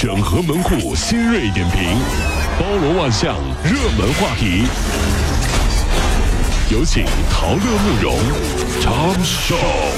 整合门户新锐点评，包罗万象，热门话题。有请陶乐慕容 Tom Show。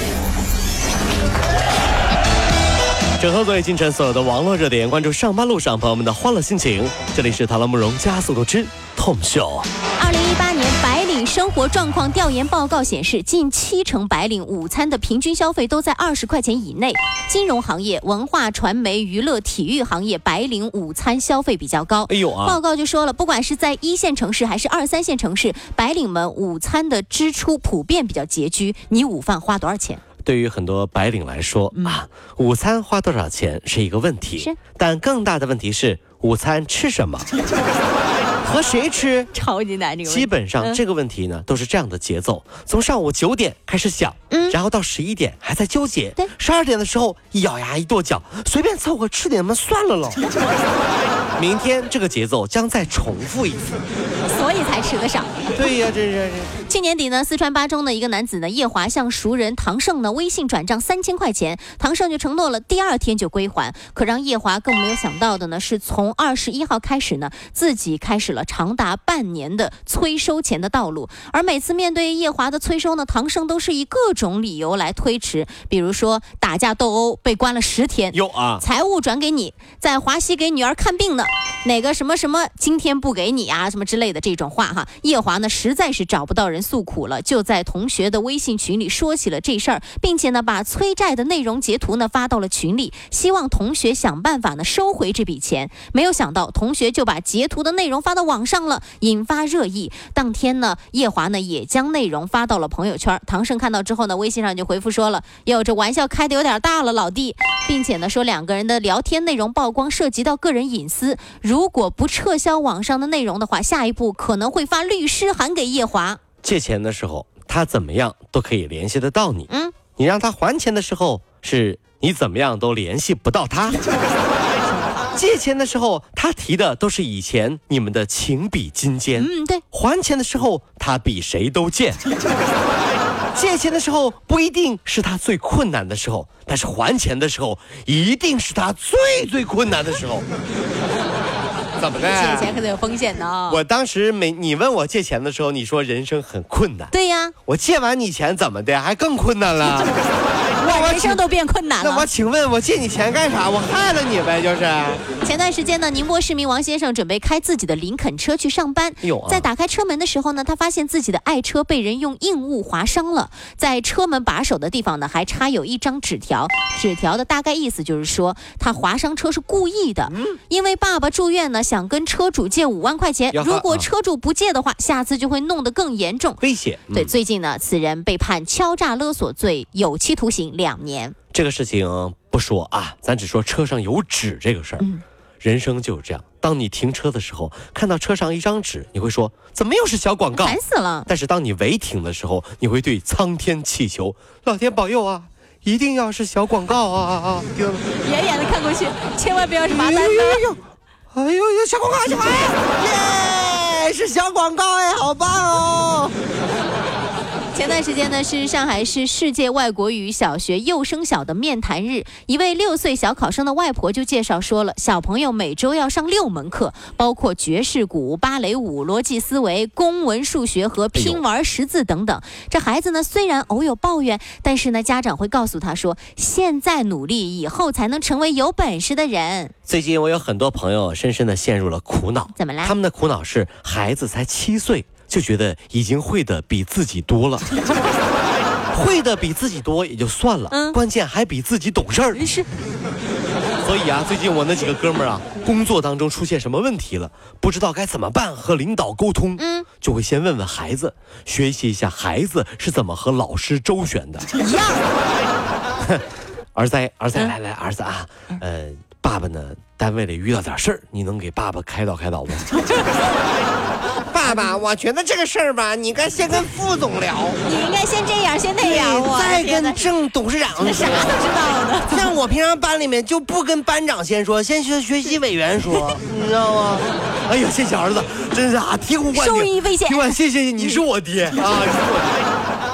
整合最近城所有的网络热点，关注上班路上朋友们的欢乐心情。这里是陶乐慕容加速度之 Tom Show。 2018年白领生活状况调研报告显示，近70%白领午餐的平均消费都在20块钱以内。金融行业、文化传媒、娱乐、体育行业白领午餐消费比较高。报告就说了，不管是在1线城市还是2、3线城市，白领们午餐的支出普遍比较拮据。你午饭花多少钱？ 对于很多白领来说午餐花多少钱是一个问题，但更大的问题是午餐吃什么和谁吃， 超级难。这个基本上这个问题呢都是这样的节奏，从上午9点开始想，然后到11点还在纠结，12点的时候一咬牙一跺脚，随便凑合吃点嘛算了喽。明天这个节奏将再重复一次， 所以才吃得少。 对呀，真是。 去年底呢，四川巴中的一个男子呢，叶华向熟人唐胜呢微信转账3000块钱，唐胜就承诺了第2天就归还。可让叶华更没有想到的呢，是从21号开始呢，自己开始了长达半年的催收钱的道路。而每次面对叶华的催收呢，唐胜都是以各种理由来推迟，比如说打架斗殴被关了10天，财务转给你，在华西给女儿看病呢，哪个什么什么今天不给你啊，什么之类的这种话哈。叶华呢实在是找不到人诉苦了，就在同学的微信群里说起了这事儿，并且呢把催债的内容截图呢发到了群里，希望同学想办法呢收回这笔钱。没有想到同学就把截图的内容发到网上了，引发热议。当天呢，叶华呢也将内容发到了朋友圈。唐胜看到之后呢，微信上就回复说了：“哟，这玩笑开得有点大了，老弟。”并且呢说两个人的聊天内容曝光涉及到个人隐私，如果不撤销网上的内容的话，下一步可能会发律师函给叶华。 借钱的时候他怎么样都可以联系得到你，你让他还钱的时候是你怎么样都联系不到他。借钱的时候他提的都是以前你们的情比金坚， 对。 还钱的时候他比谁都贱。借钱的时候不一定是他最困难的时候，但是还钱的时候一定是他最困难的时候。怎么的？ 借钱可能有风险的。 我当时你问我借钱的时候，你说人生很困难。 对呀。 我借完你钱怎么的，还更困难了。 我人生都变困难了。 那我请问，我借你钱干啥？我害了你呗，就是。 前段时间呢，宁波市民王先生准备开自己的林肯车去上班，在打开车门的时候呢，他发现自己的爱车被人用硬物划伤了，在车门把手的地方呢，还插有一张纸条，纸条的大概意思就是说，他划伤车是故意的，因为爸爸住院呢，想跟车主借5万块钱，如果车主不借的话，下次就会弄得更严重， 威胁。 对，最近呢，此人被判敲诈勒索罪，有期徒刑2年。 这个事情不说啊，咱只说车上有纸这个事儿。人生就是这样，当你停车的时候，看到车上一张纸，你会说怎么又是小广告， 烦死了。 但是当你违停的时候，你会对苍天祈求，老天保佑啊，一定要是小广告啊！ 远远的看过去，千万不要是麻单。 哎呦，小广告，小广告，耶，是小广告哎，好棒哦！ 前段时间呢，是上海市世界外国语小学幼升小的面谈日，一位6岁小考生的外婆就介绍说了，小朋友每周要上6门课，包括爵士鼓、芭蕾舞、逻辑思维、公文、数学和拼玩识字等等。这孩子呢，虽然偶有抱怨，但是呢，家长会告诉他说，现在努力，以后才能成为有本事的人。 最近我有很多朋友深深的陷入了苦恼， 怎么了？ 他们的苦恼是孩子才7岁。就觉得已经会的比自己多了，会的比自己多也就算了，关键还比自己懂事儿。 是。 所以啊，最近我那几个哥们儿啊，工作当中出现什么问题了，不知道该怎么办和领导沟通，就会先问问孩子，学习一下孩子是怎么和老师周旋的。 一样。 儿子，来，儿子啊，爸爸呢，单位里遇到点事儿，你能给爸爸开导不？爸爸，我觉得这个事儿吧，你应该先跟副总聊， 你应该先这样，先那样， 再跟郑董事长说。 啥都知道的。 像我平常班里面就不跟班长先说，先学习委员说，你知道吗？哎呀，谢谢儿子，真是啊，醍醐灌顶， 受益匪浅。 谢谢你是我爹啊。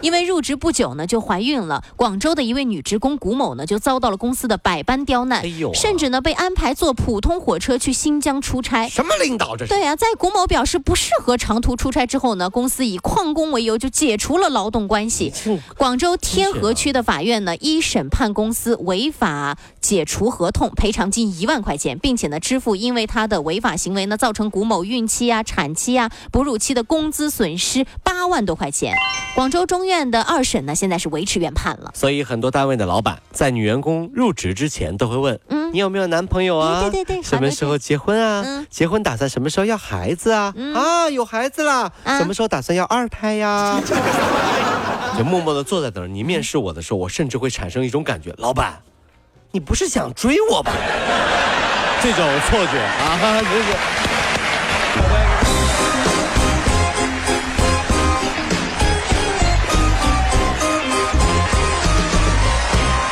因为入职不久呢就怀孕了。广州的一位女职工古某呢就遭到了公司的百般刁难，甚至呢被安排坐普通火车去新疆出差。 什么领导这是？ 对啊，在古某表示不适合长途出差之后呢，公司以旷工为由就解除了劳动关系。广州天河区的法院呢一审判公司违法解除合同，赔偿金1万块钱，并且呢支付因为他的违法行为呢造成古某孕期啊、产期啊、哺乳期的工资损失8万多块钱。广州中院的2审呢现在是维持原判了。 所以很多单位的老板在女员工入职之前都会问，你有没有男朋友啊？ 对， 什么时候结婚啊？结婚打算什么时候要孩子啊？有孩子了，什么时候打算要2胎呀？就默默地坐在那儿。你面试我的时候，我甚至会产生一种感觉，老板，你不是想追我吧？这种错觉啊，真是。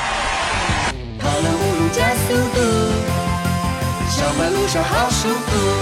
跑了5路加速度，小马路上好舒服。